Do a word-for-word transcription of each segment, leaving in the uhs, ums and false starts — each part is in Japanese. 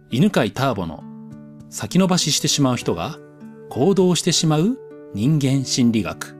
犬飼ターボの先延ばししてしまう人が行動してしまう人間心理学。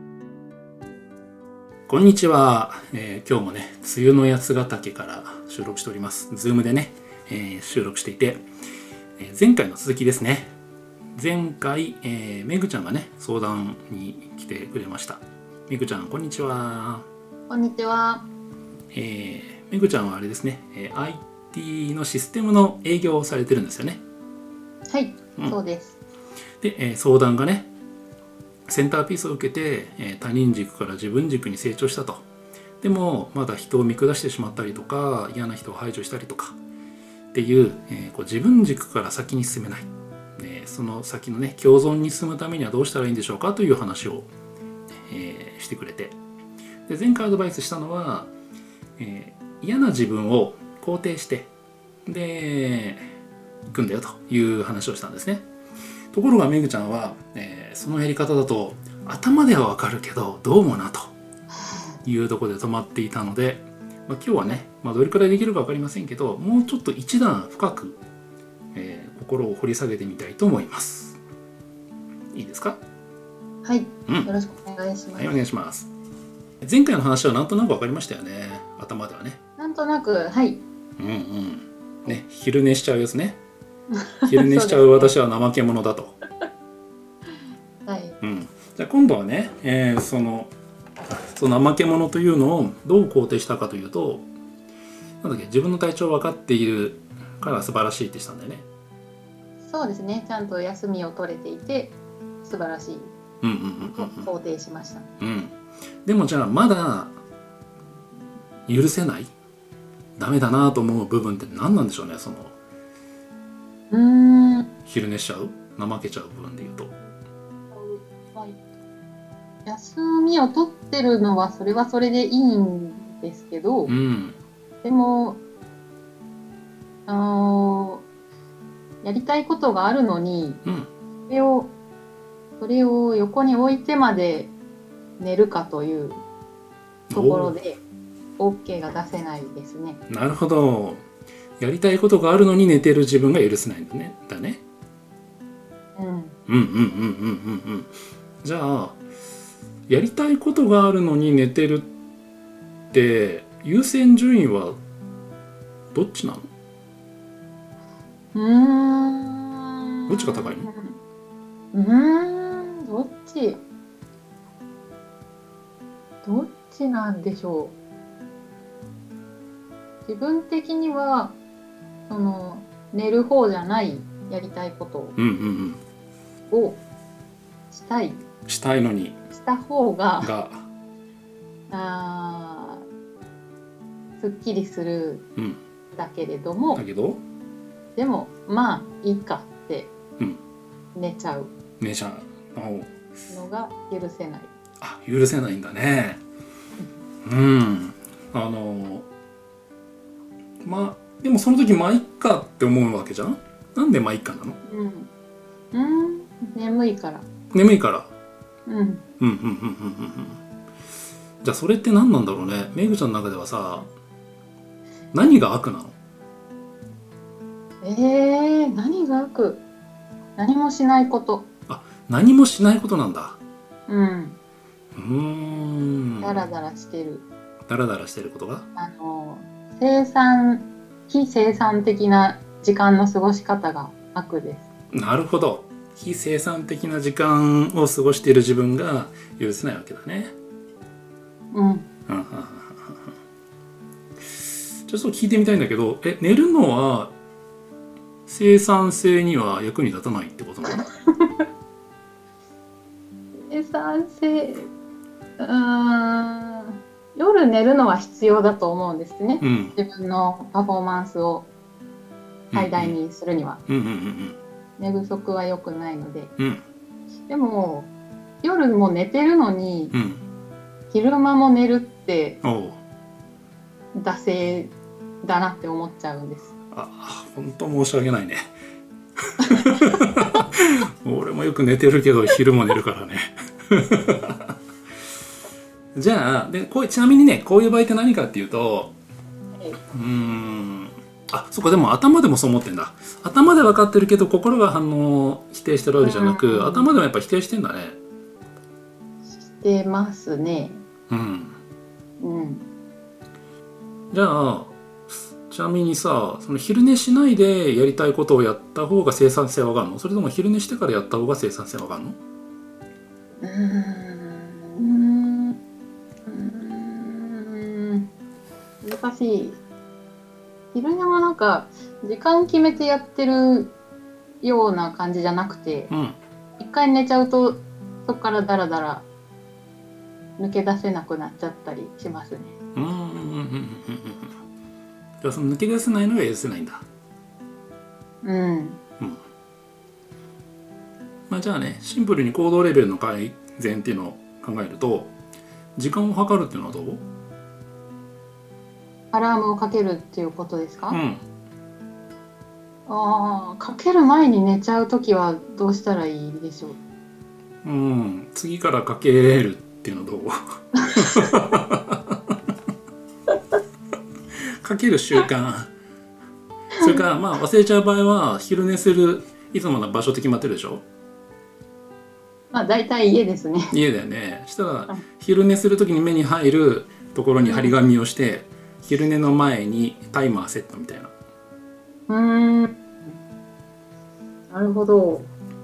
こんにちは、えー、今日もね梅雨の八ヶ岳から収録しております。ズームでね、えー、収録していて、えー、前回の続きですね。前回、えー、めぐちゃんがね相談に来てくれました。めぐちゃんこんにちは。 こんにちは。 えー、めぐちゃんはあれですね、えー、アイティー のシステムの営業をされてるんですよね。 はい、 うん、 そうです。 で、えー、相談がねセンターピースを受けて、えー、他人軸から自分軸に成長したと。でもまだ人を見下してしまったりとか嫌な人を排除したりとかっていう、えー、こう自分軸から先に進めない、えー、その先のね共存に進むためにはどうしたらいいんでしょうかという話を、えー、してくれて、で前回アドバイスしたのは、えー、嫌な自分を肯定してで行くんだよという話をしたんですね。ところがめぐちゃんは、えー、そのやり方だと頭ではわかるけどどうもなというところで止まっていたので、まあ、今日はね、まあ、どれくらいできるか分かりませんけどもうちょっと一段深く、えー、心を掘り下げてみたいと思います。いいですか？ はい、 うん、 よろしくお願いします。 はい、お願いします。前回の話はなんとなく分かりましたよね、頭ではね。 なんとなく、はい。 うんうんね、昼寝しちゃうやつね。昼寝しちゃう私は怠け者だと。 はい。 うん、じゃあ今度はね、えー、そのその怠け者というのをどう肯定したかというと、なんだっけ、自分の体調を分かっているから素晴らしいってしたんだよね。 そうですね。ちゃんと休みを取れていて素晴らしいと肯定しました。 うん。でもじゃあまだ許せない、ダメだなと思う部分って何なんでしょうね。そのうーん昼寝しちゃう、怠けちゃう部分で言うと、 はい、休みを取ってるのはそれはそれでいいんですけど、 うん、 でもあのやりたいことがあるのに、 うん、 それをそれを横に置いてまで寝るかというところで OK が出せないですね。 なるほど。やりたいことがあるのに寝てる自分が許せないんだね。だね。 うん。 うんうんうんうんうんうん。じゃあやりたいことがあるのに寝てるって優先順位はどっちなの？ うーん。 どっちが高いの？ うーん。どっち？どっちなんでしょう。自分的にはその寝る方じゃないやりたいことをしたい、 うんうんうん、したいのにした方ががあすっきりするだけれども、 うん、だけどでもまあいいかって寝ちゃう寝ちゃうのが許せない。 あ、許せないんだね。うん、あのまあでもその時まあいっかって思うわけじゃん。なんでまあいっかなの？ うん、うん、眠いから。 眠いから。 うん。うんうんうんうんうんうんうん。じゃあそれって何なんだろうね。めぐちゃんの中ではさ、何が悪なの？ えー、何が悪？何もしないこと。 あ、何もしないことなんだ。 うん。 うーん。 ダラダラしてる。 ダラダラしてることが？ あの生産非生産的な時間の過ごし方が悪です。なるほど。非生産的な時間を過ごしている自分が許せないわけだね。 うん。 ちょっと聞いてみたいんだけど、え、寝るのは生産性には役に立たないってことなの？ 生産性、うーん、夜寝るのは必要だと思うんですね、うん、自分のパフォーマンスを最大にするには、うんうんうんうん、寝不足は良くないので、うん、でも夜も寝てるのに、うん、昼間も寝るって惰性だなって思っちゃうんです。 あ、本当申し訳ないね俺もよく寝てるけど昼も寝るからねじゃあでこうちなみにねこういう場合って何かっていうと、はい、うーんあ、そっか。でも頭でもそう思ってんだ。頭で分かってるけど心が反応を否定してるわけじゃなく、うん、頭でもやっぱ否定してんだね。 してますね。 うんうん。 じゃあちなみにさ、その昼寝しないでやりたいことをやった方が生産性は上がるの？それとも昼寝してからやった方が生産性は上がるの？ うーん、うーん、難しい。昼寝はなんか時間決めてやってるような感じじゃなくて、 うん、 一回寝ちゃうとそこからダラダラ抜け出せなくなっちゃったりしますね。 うんうんうんうんうんうん。じゃあその抜け出せないのが許せないんだ。 うん。うん。 まあじゃあね、シンプルに行動レベルの改善っていうのを考えると、時間を計るっていうのはどう？ アラームをかけるっていうことですか？ うん。 ああ、かける前に寝ちゃうときはどうしたらいいでしょう？ うん、次からかけるっていうのどう？かける習慣。それからまあ忘れちゃう場合は昼寝するいつもの場所って決まってるでしょ？ まあ大体家ですね。 家だよね。したら昼寝するときに目に入るところに張り紙をして、うん、昼寝の前にタイマーセットみたいな。 うーん。なるほど。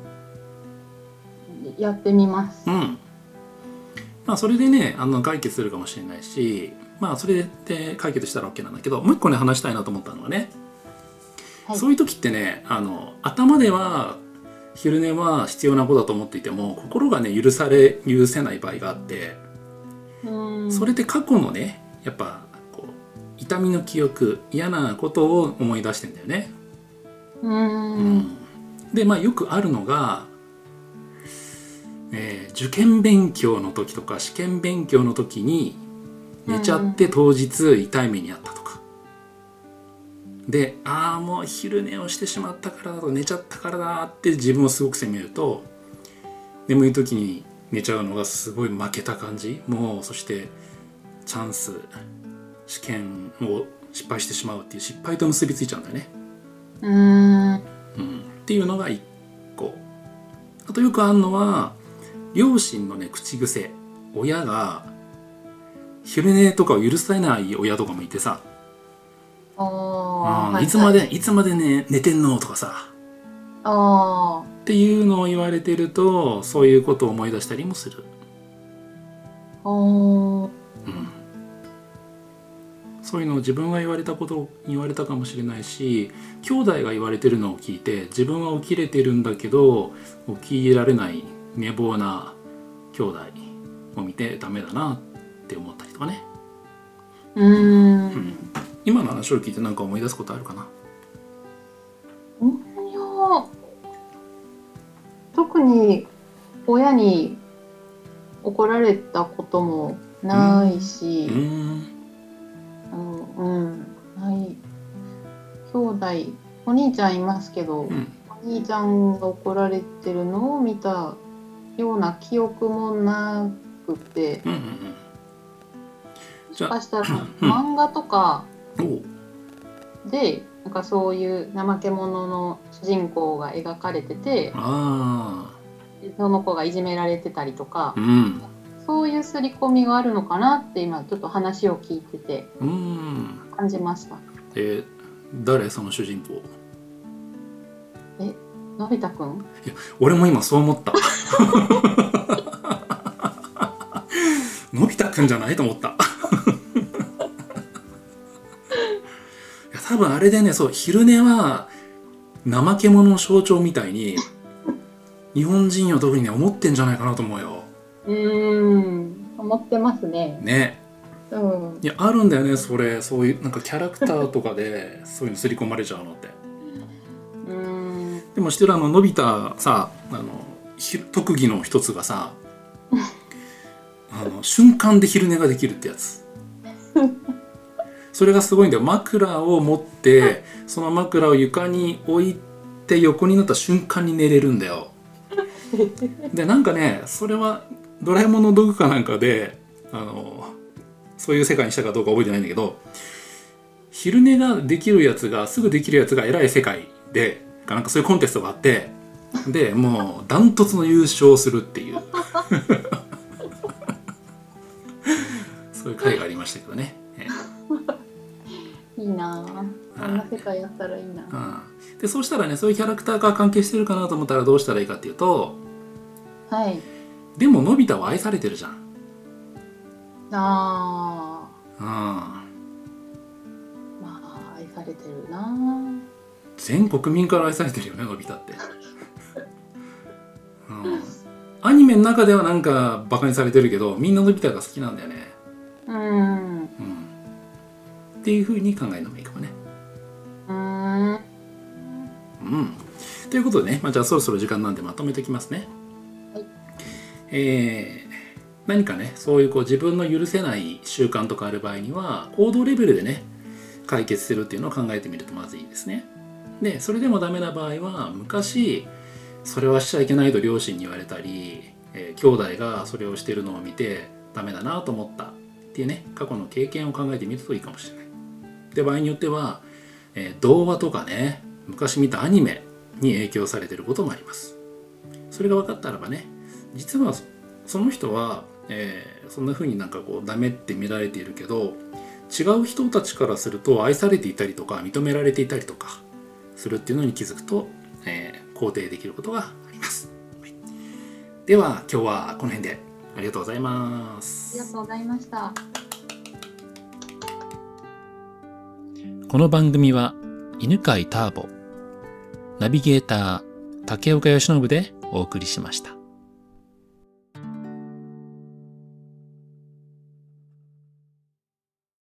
やってみます。 うん。まあそれでね、あの解決するかもしれないし、まあそれで解決したら OK なんだけど、もう一個ね話したいなと思ったのはね、はい、そういう時ってね、あの頭では昼寝は必要なことだと思っていても、心がね許され許せない場合があって、 うんそれで過去のね、やっぱこう痛みの記憶、嫌なことを思い出してんだよね。 うん、うん、 でまあよくあるのが、えー、受験勉強の時とか試験勉強の時に寝ちゃって当日痛い目にあったとか、で、ああもう昼寝をしてしまったからだと、寝ちゃったからだって自分をすごく責めると、眠い時に寝ちゃうのがすごい負けた感じ、もうそしてチャンス、試験を失敗してしまうっていう失敗と結びついちゃうんだよね。 うーん、うん、 っていうのが一個。あとよくあるのは両親のね口癖、親が昼寝とかを許さない親とかもいてさ、あ、いつまで、はいはい、いつまでね寝てんのとかさ、 あっていうのを言われてると、そういうことを思い出したりもする。 あ、うん、 そういうのを自分が言われたことを言われたかもしれないし、兄弟が言われてるのを聞いて自分は起きれてるんだけど起きられない寝坊な兄弟を見てダメだなって思ったりとかね。 うーん、うん、 今の話を聞いて何か思い出すことあるかな？ いや、特に親に怒られたこともないし、うん、あの、うん、ない。兄弟、お兄ちゃんいますけど、うん、お兄ちゃんが怒られてるのを見たような記憶もなくて、 うんうんうん、 もしかしたら漫画とかでなんかそういう怠け者の主人公が描かれてて、 あ、 その子がいじめられてたりとか、 うん、 そういう刷り込みがあるのかなって今ちょっと話を聞いてて感じました。 えー、誰その主人公？ え、のび太くん？ いや、俺も今そう思った。のび太くんじゃないと思った。いや、多分あれでね、そう、昼寝は怠け者の象徴みたいに日本人は特にね思ってんじゃないかなと思うよ。 うーん、思ってますね。 ね。 うん。 いや、あるんだよね、それ。そういうなんかキャラクターとかでそういうの刷り込まれちゃうのって。 うーん。 でもしてるあののび太さ、あの特技の一つがさ、あの瞬間で昼寝ができるってやつ。それがすごいんだよ。枕を持ってその枕を床に置いて横になった瞬間に寝れるんだよ。でなんかね、それはドラえもんの道具かなんかで、あのそういう世界にしたかどうか覚えてないんだけど、 昼寝ができるやつがすぐできるやつが偉い世界でなんかそういうコンテストがあって、でもうダントツの優勝するっていうそういう回がありましたけどね。 いいなぁ、あんな世界やったらいいなぁ。 うん、でそうしたらね、そういうキャラクターが関係してるかなと思ったらどうしたらいいかっていうと、 はい。 でものび太は愛されてるじゃん。 ああ。うん。 まあ愛されてるなぁ。 全国民から愛されてるよね、のび太って。うん、アニメの中ではなんかバカにされてるけど、みんなのび太が好きなんだよね。 うん。うん。 っていう風に考えるのもいいかもね。 うん。うん。 ということでね、まあ、じゃあそろそろ時間なんでまとめておきますね。 はい。 えー、何かね、そういうこう自分の許せない習慣とかある場合には、行動レベルでね、解決するっていうのを考えてみるとまずいいですね。で、それでもダメな場合は、昔、それはしちゃいけないと両親に言われたり、えー、兄弟がそれをしてるのを見て、ダメだなと思ったっていうね、過去の経験を考えてみるといいかもしれない。で、場合によっては、えー、動画とかね、昔見たアニメに影響されていることもあります。それが分かったらばね、実はその人は、えー、そんな風になんかこうダメって見られているけど、違う人たちからすると愛されていたりとか認められていたりとかするっていうのに気づくと、えー、肯定できることがあります。はい、では今日はこの辺でありがとうございます。 ありがとうございました。 この番組は犬飼ターボ、ナビゲーター竹岡由伸でお送りしました。